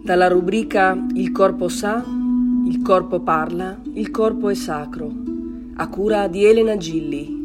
Dalla rubrica Il corpo sa, il corpo parla, il corpo è sacro, a cura di Elena Gilli.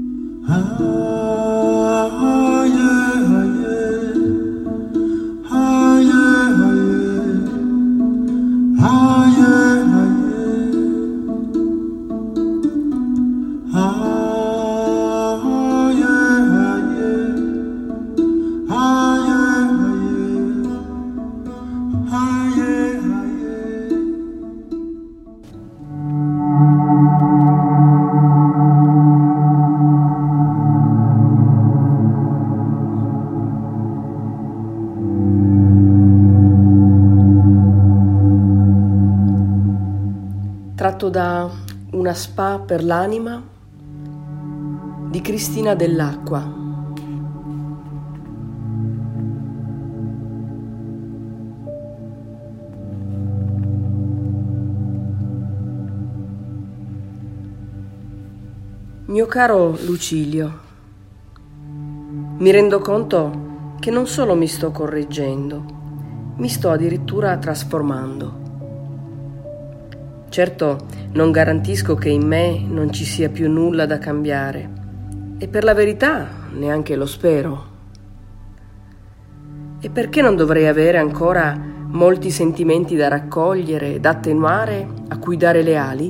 Tratto da Una spa per l'anima di Cristina Dell'Acqua. Mio caro Lucilio, mi rendo conto che non solo mi sto correggendo, mi sto addirittura trasformando. Certo, non garantisco che in me non ci sia più nulla da cambiare e per la verità neanche lo spero. E perché non dovrei avere ancora molti sentimenti da raccogliere, da attenuare, a cui dare le ali?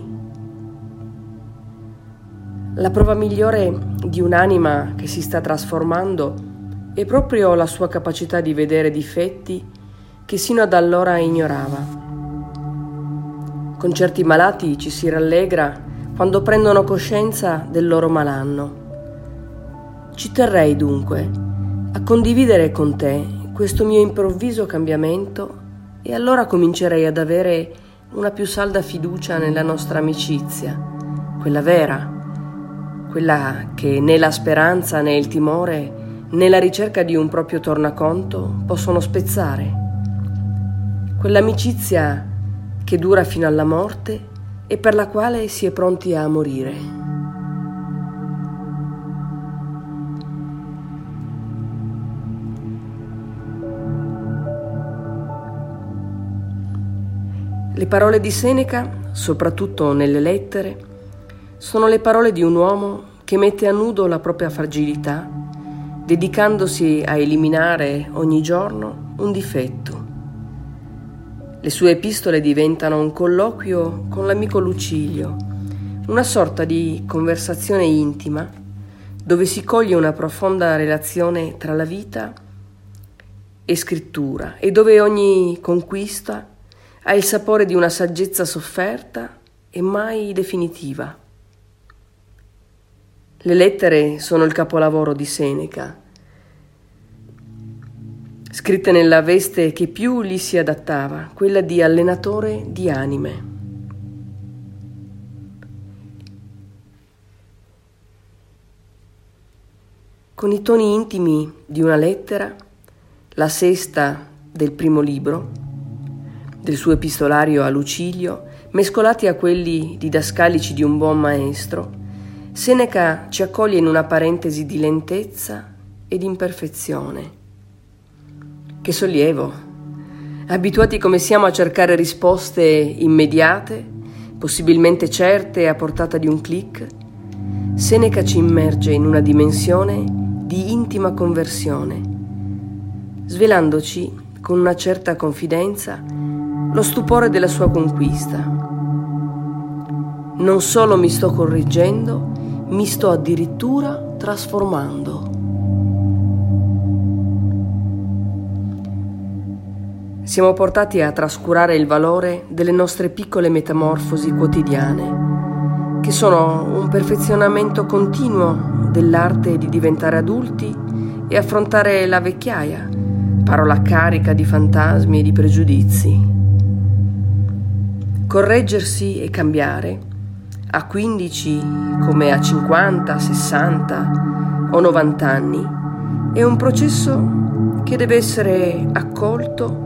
La prova migliore di un'anima che si sta trasformando è proprio la sua capacità di vedere difetti che sino ad allora ignorava. Con certi malati ci si rallegra quando prendono coscienza del loro malanno. Ci terrei dunque a condividere con te questo mio improvviso cambiamento e allora comincerei ad avere una più salda fiducia nella nostra amicizia, quella vera, quella che né la speranza né il timore né la ricerca di un proprio tornaconto possono spezzare. Quell'amicizia che dura fino alla morte e per la quale si è pronti a morire. Le parole di Seneca, soprattutto nelle lettere, sono le parole di un uomo che mette a nudo la propria fragilità, dedicandosi a eliminare ogni giorno un difetto. Le sue epistole diventano un colloquio con l'amico Lucilio, una sorta di conversazione intima dove si coglie una profonda relazione tra la vita e scrittura e dove ogni conquista ha il sapore di una saggezza sofferta e mai definitiva. Le lettere sono il capolavoro di Seneca, scritte nella veste che più gli si adattava, quella di allenatore di anime. Con i toni intimi di una lettera, la sesta del primo libro, del suo epistolario a Lucilio, mescolati a quelli didascalici di un buon maestro, Seneca ci accoglie in una parentesi di lentezza e di imperfezione. Che sollievo! Abituati come siamo a cercare risposte immediate, possibilmente certe e a portata di un click, Seneca ci immerge in una dimensione di intima conversione, svelandoci con una certa confidenza lo stupore della sua conquista. Non solo mi sto correggendo, mi sto addirittura trasformando. Siamo portati a trascurare il valore delle nostre piccole metamorfosi quotidiane, che sono un perfezionamento continuo dell'arte di diventare adulti e affrontare la vecchiaia, parola carica di fantasmi e di pregiudizi. Correggersi e cambiare, a 15 come a 50, 60 o 90 anni, è un processo che deve essere accolto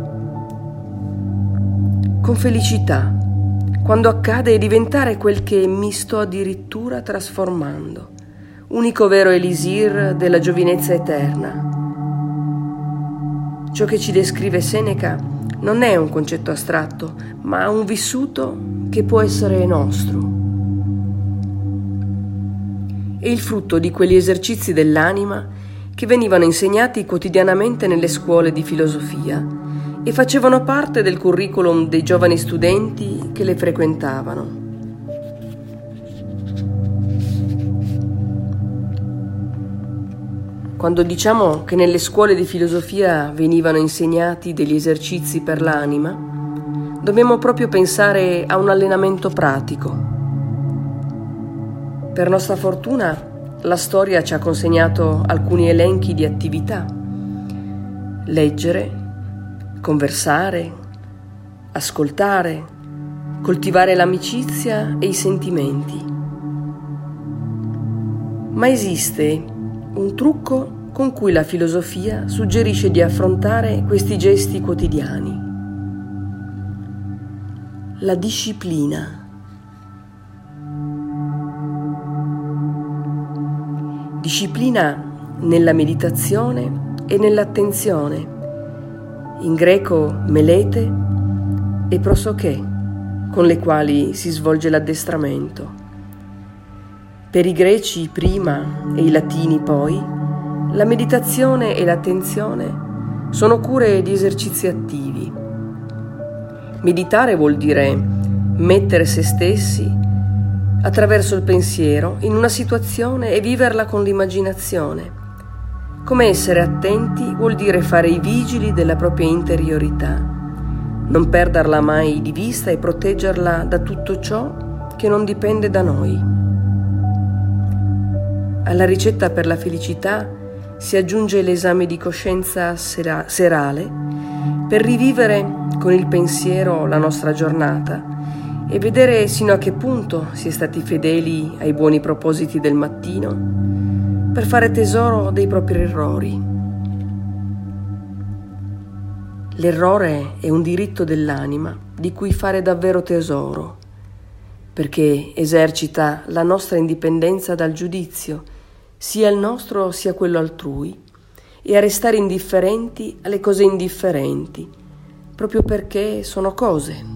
con felicità, quando accade e diventare quel che mi sto addirittura trasformando, unico vero elisir della giovinezza eterna. Ciò che ci descrive Seneca non è un concetto astratto, ma un vissuto che può essere nostro. È il frutto di quegli esercizi dell'anima che venivano insegnati quotidianamente nelle scuole di filosofia e facevano parte del curriculum dei giovani studenti che le frequentavano. Quando diciamo che nelle scuole di filosofia venivano insegnati degli esercizi per l'anima, dobbiamo proprio pensare a un allenamento pratico. Per nostra fortuna, la storia ci ha consegnato alcuni elenchi di attività: leggere, conversare, ascoltare, coltivare l'amicizia e i sentimenti. Ma esiste un trucco con cui la filosofia suggerisce di affrontare questi gesti quotidiani: la disciplina. Disciplina nella meditazione e nell'attenzione, in greco melete e prosoché, con le quali si svolge l'addestramento. Per i greci prima e i latini poi, la meditazione e l'attenzione sono cure di esercizi attivi. Meditare vuol dire mettere se stessi attraverso il pensiero in una situazione e viverla con l'immaginazione. Come essere attenti vuol dire fare i vigili della propria interiorità, non perderla mai di vista e proteggerla da tutto ciò che non dipende da noi. Alla ricetta per la felicità si aggiunge l'esame di coscienza serale per rivivere con il pensiero la nostra giornata e vedere sino a che punto si è stati fedeli ai buoni propositi del mattino, per fare tesoro dei propri errori. L'errore è un diritto dell'anima di cui fare davvero tesoro, perché esercita la nostra indipendenza dal giudizio, sia il nostro sia quello altrui, e a restare indifferenti alle cose indifferenti, proprio perché sono cose.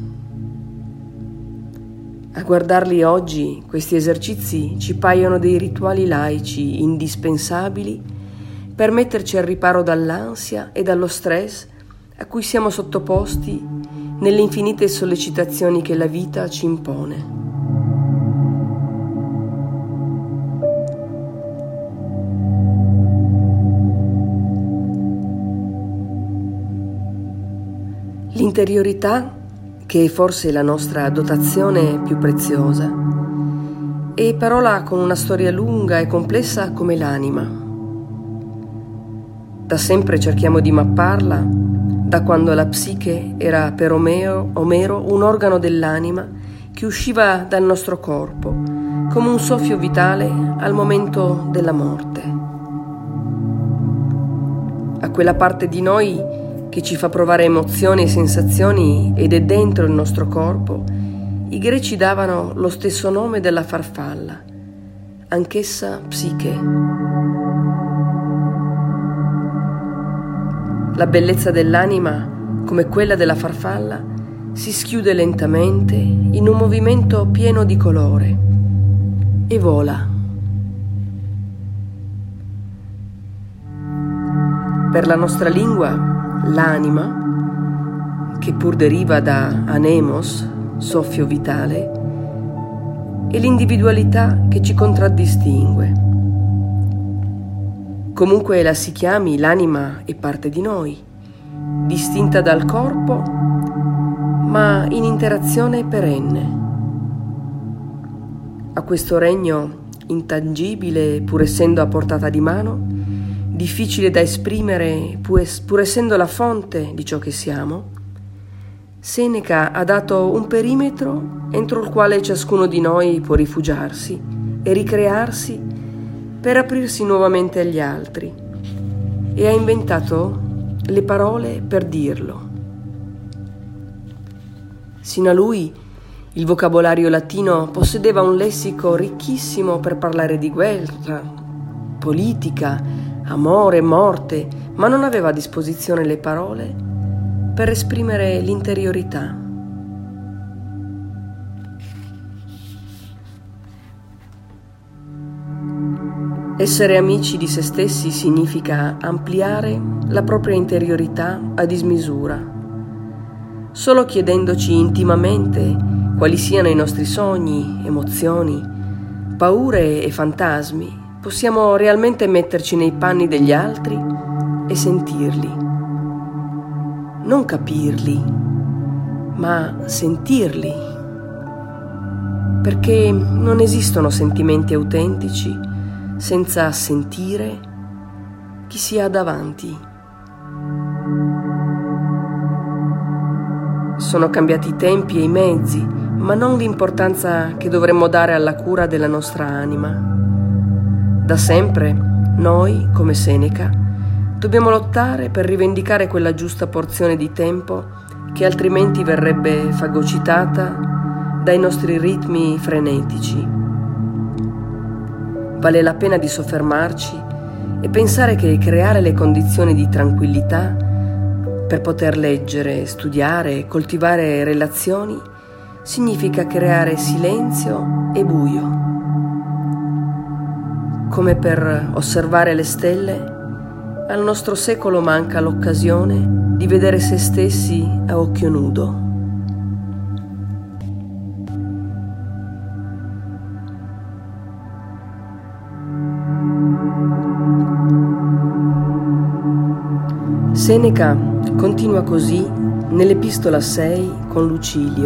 A guardarli oggi, questi esercizi ci paiono dei rituali laici indispensabili per metterci al riparo dall'ansia e dallo stress a cui siamo sottoposti nelle infinite sollecitazioni che la vita ci impone. L'interiorità, che è forse la nostra dotazione più preziosa, è parola con una storia lunga e complessa come l'anima. Da sempre cerchiamo di mapparla, da quando la psiche era per Omero un organo dell'anima che usciva dal nostro corpo, come un soffio vitale al momento della morte. A quella parte di noi che ci fa provare emozioni e sensazioni ed è dentro il nostro corpo, i greci davano lo stesso nome della farfalla, anch'essa psiche. La bellezza dell'anima, come quella della farfalla, si schiude lentamente in un movimento pieno di colore e vola. Per la nostra lingua, l'anima, che pur deriva da anemos, soffio vitale, è l'individualità che ci contraddistingue. Comunque la si chiami, l'anima è parte di noi, distinta dal corpo, ma in interazione perenne. A questo regno intangibile, pur essendo a portata di mano, difficile da esprimere pur essendo la fonte di ciò che siamo, Seneca ha dato un perimetro entro il quale ciascuno di noi può rifugiarsi e ricrearsi per aprirsi nuovamente agli altri, e ha inventato le parole per dirlo. Sino a lui il vocabolario latino possedeva un lessico ricchissimo per parlare di guerra, politica, amore, morte, ma non aveva a disposizione le parole per esprimere l'interiorità. Essere amici di se stessi significa ampliare la propria interiorità a dismisura. Solo chiedendoci intimamente quali siano i nostri sogni, emozioni, paure e fantasmi, possiamo realmente metterci nei panni degli altri e sentirli. Non capirli, ma sentirli. Perché non esistono sentimenti autentici senza sentire chi si ha davanti. Sono cambiati i tempi e i mezzi, ma non l'importanza che dovremmo dare alla cura della nostra anima. Da sempre, noi, come Seneca, dobbiamo lottare per rivendicare quella giusta porzione di tempo che altrimenti verrebbe fagocitata dai nostri ritmi frenetici. Vale la pena di soffermarci e pensare che creare le condizioni di tranquillità per poter leggere, studiare e coltivare relazioni significa creare silenzio e buio. Come per osservare le stelle, al nostro secolo manca l'occasione di vedere se stessi a occhio nudo. Seneca continua così nell'Epistola 6 con Lucilio.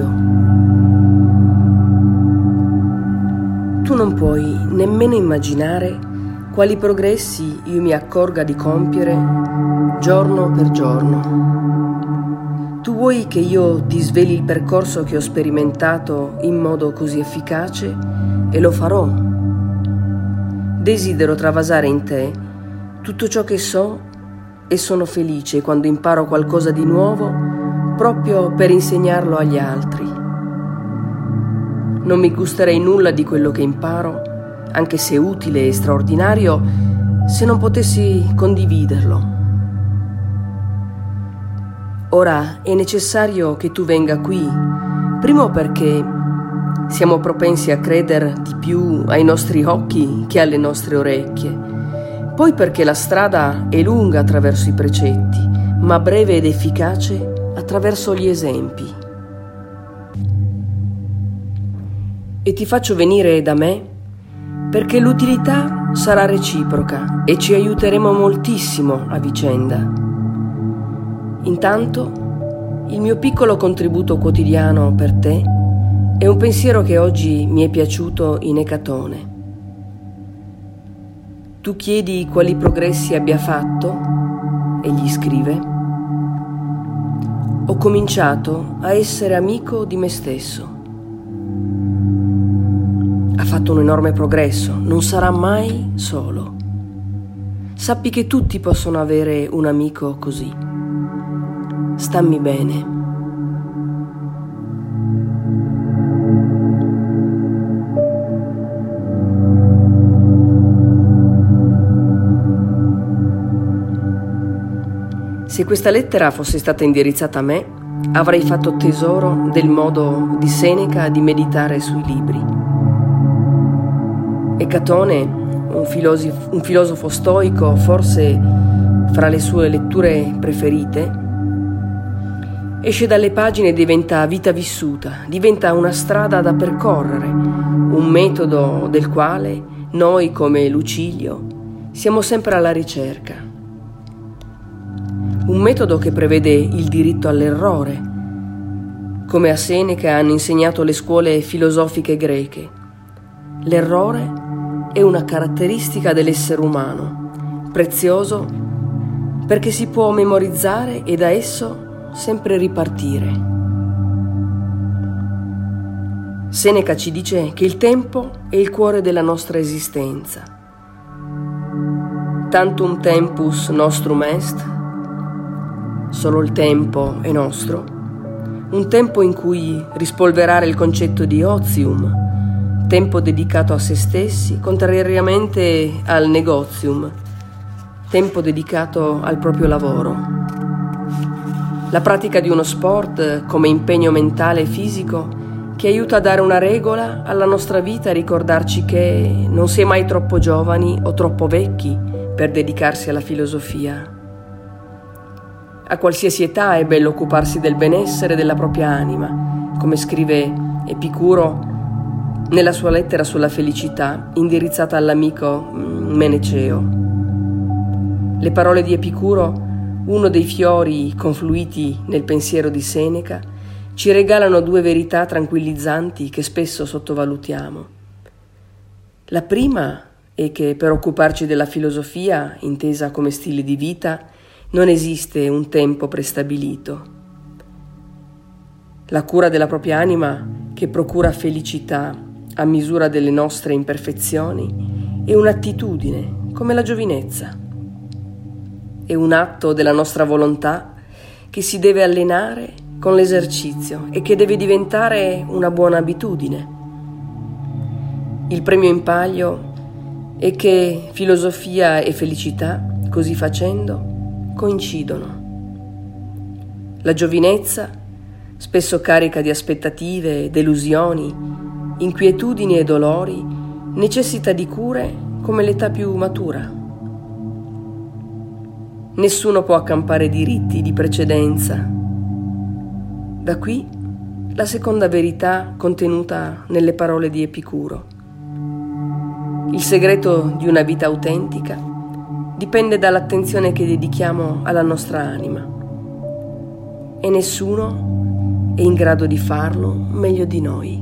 Tu non puoi nemmeno immaginare quali progressi io mi accorga di compiere giorno per giorno. Tu vuoi che io ti sveli il percorso che ho sperimentato in modo così efficace e lo farò. Desidero travasare in te tutto ciò che so e sono felice quando imparo qualcosa di nuovo proprio per insegnarlo agli altri. Non mi gusterei nulla di quello che imparo, anche se utile e straordinario, se non potessi condividerlo. Ora è necessario che tu venga qui, primo perché siamo propensi a credere di più ai nostri occhi che alle nostre orecchie, poi perché la strada è lunga attraverso i precetti, ma breve ed efficace attraverso gli esempi. E ti faccio venire da me perché l'utilità sarà reciproca e ci aiuteremo moltissimo a vicenda. Intanto, il mio piccolo contributo quotidiano per te è un pensiero che oggi mi è piaciuto in Ecatone. Tu chiedi quali progressi abbia fatto? Egli scrive: ho cominciato a essere amico di me stesso. Ha fatto un enorme progresso, non sarà mai solo. Sappi che tutti possono avere un amico così. Stammi bene. Se questa lettera fosse stata indirizzata a me, avrei fatto tesoro del modo di Seneca di meditare sui libri. Ecatone, un filosofo stoico, forse fra le sue letture preferite, esce dalle pagine e diventa vita vissuta, diventa una strada da percorrere, un metodo del quale noi, come Lucilio, siamo sempre alla ricerca. Un metodo che prevede il diritto all'errore, come a Seneca hanno insegnato le scuole filosofiche greche. L'errore è una caratteristica dell'essere umano, prezioso perché si può memorizzare e da esso sempre ripartire. Seneca ci dice che il tempo è il cuore della nostra esistenza. Tantum tempus nostrum est, solo il tempo è nostro, un tempo in cui rispolverare il concetto di otium, tempo dedicato a se stessi, contrariamente al negotium, tempo dedicato al proprio lavoro. La pratica di uno sport come impegno mentale e fisico che aiuta a dare una regola alla nostra vita e ricordarci che non si è mai troppo giovani o troppo vecchi per dedicarsi alla filosofia. A qualsiasi età è bello occuparsi del benessere della propria anima, come scrive Epicuro nella sua lettera sulla felicità indirizzata all'amico Meneceo. Le parole di Epicuro, uno dei fiori confluiti nel pensiero di Seneca, ci regalano due verità tranquillizzanti che spesso sottovalutiamo. La prima è che per occuparci della filosofia, intesa come stile di vita, non esiste un tempo prestabilito. La cura della propria anima, che procura felicità a misura delle nostre imperfezioni, è un'attitudine, come la giovinezza. È un atto della nostra volontà che si deve allenare con l'esercizio e che deve diventare una buona abitudine. Il premio in palio è che filosofia e felicità, così facendo, coincidono. La giovinezza, spesso carica di aspettative, delusioni, inquietudini e dolori, necessita di cure come l'età più matura. Nessuno può accampare diritti di precedenza. Da qui la seconda verità contenuta nelle parole di Epicuro. Il segreto di una vita autentica dipende dall'attenzione che dedichiamo alla nostra anima e nessuno è in grado di farlo meglio di noi.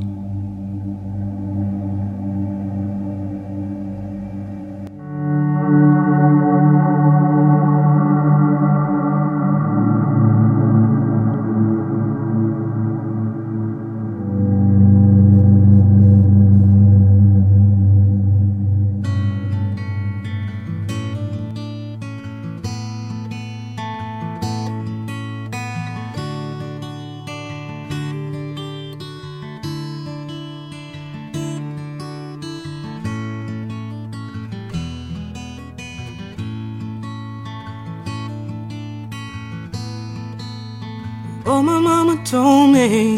Oh, my mama told me,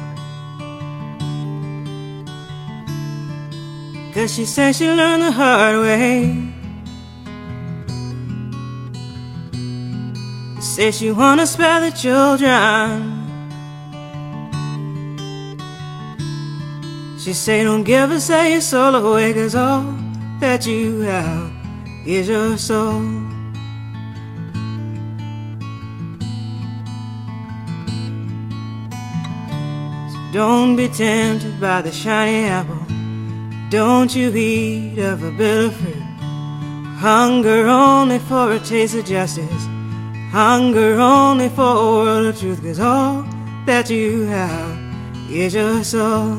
'cause she said she learned the hard way. Said she wanna spare the children. She said don't give us your soul away, 'cause all that you have is your soul. Don't be tempted by the shiny apple. Don't you eat of a bitter fruit. Hunger only for a taste of justice. Hunger only for a world of truth. 'Cause all that you have is your soul.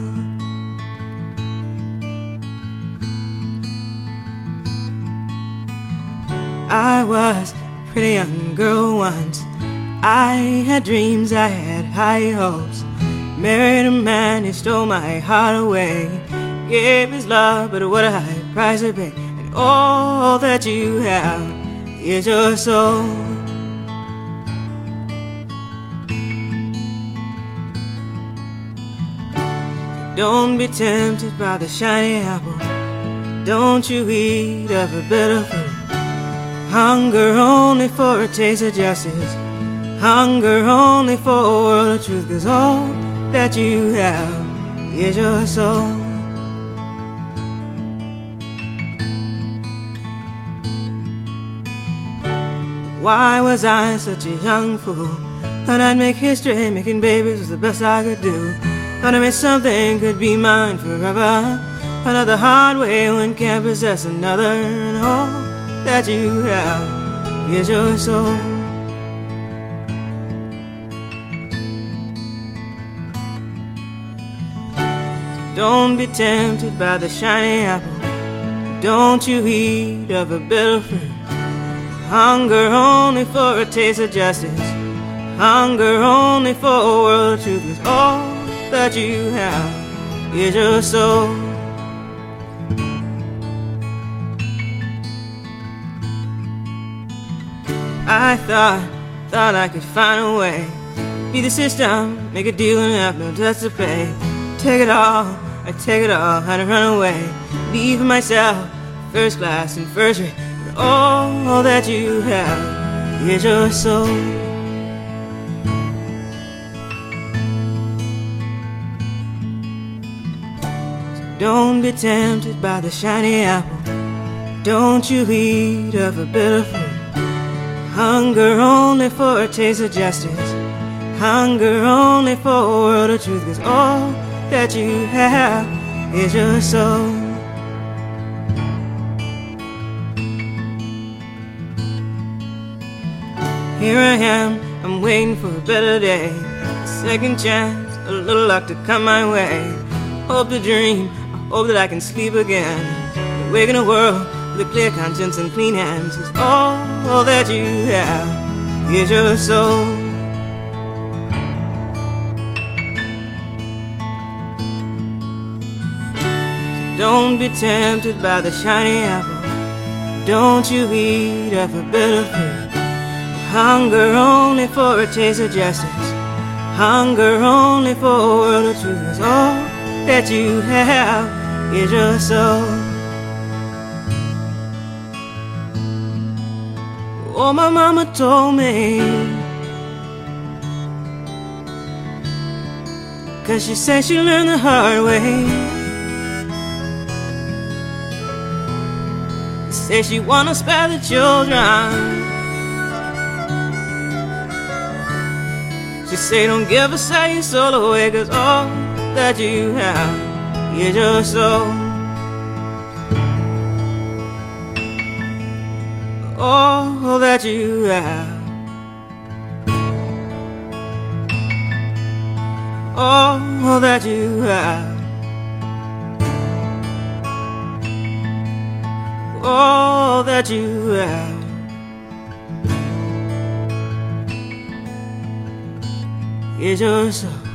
I was a pretty young girl once. I had dreams, I had high hopes. Married a man who stole my heart away. Gave his love, but what a high price to pay. And all that you have is your soul. Don't be tempted by the shiny apple. Don't you eat of a bitter fruit. Hunger only for a taste of justice. Hunger only for a world of truth. 'Cause all that you have is your soul. Why was I such a young fool? Thought I'd make history, making babies was the best I could do. Thought I made something could be mine forever. Found out the hard way, one can't possess another. And all that you have is your soul. Don't be tempted by the shiny apple. Don't you eat of a bitter fruit. Hunger only for a taste of justice. Hunger only for a world of truth. 'Cause all that you have is your soul. I thought I could find a way Be the system, make a deal and have no debts to pay. Take it all, I take it all, had to run away. Be for myself, first class and first rate. But all that you have is your soul. Don't be tempted by the shiny apple. Don't you eat of a bitter fruit. Hunger only for a taste of justice. Hunger only for a world of truth. 'Cause all that you have is your soul. Here I am, I'm waiting for a better day. A second chance, a little luck to come my way. Hope to dream, I hope that I can sleep again. Awake in a world with a clear conscience and clean hands. 'Cause all that you have is your soul. Don't be tempted by the shiny apple. Don't you eat of a bitter fruit. Hunger only for a taste of justice. Hunger only for a world of truth. 'Cause all that you have is your soul. Oh, my mama told me, 'cause she said she learned the hard way. Say she wanna spare the children. She say don't give us your soul away. 'Cause all that you have is your soul. All that you have, all that you have, all that you have is your soul.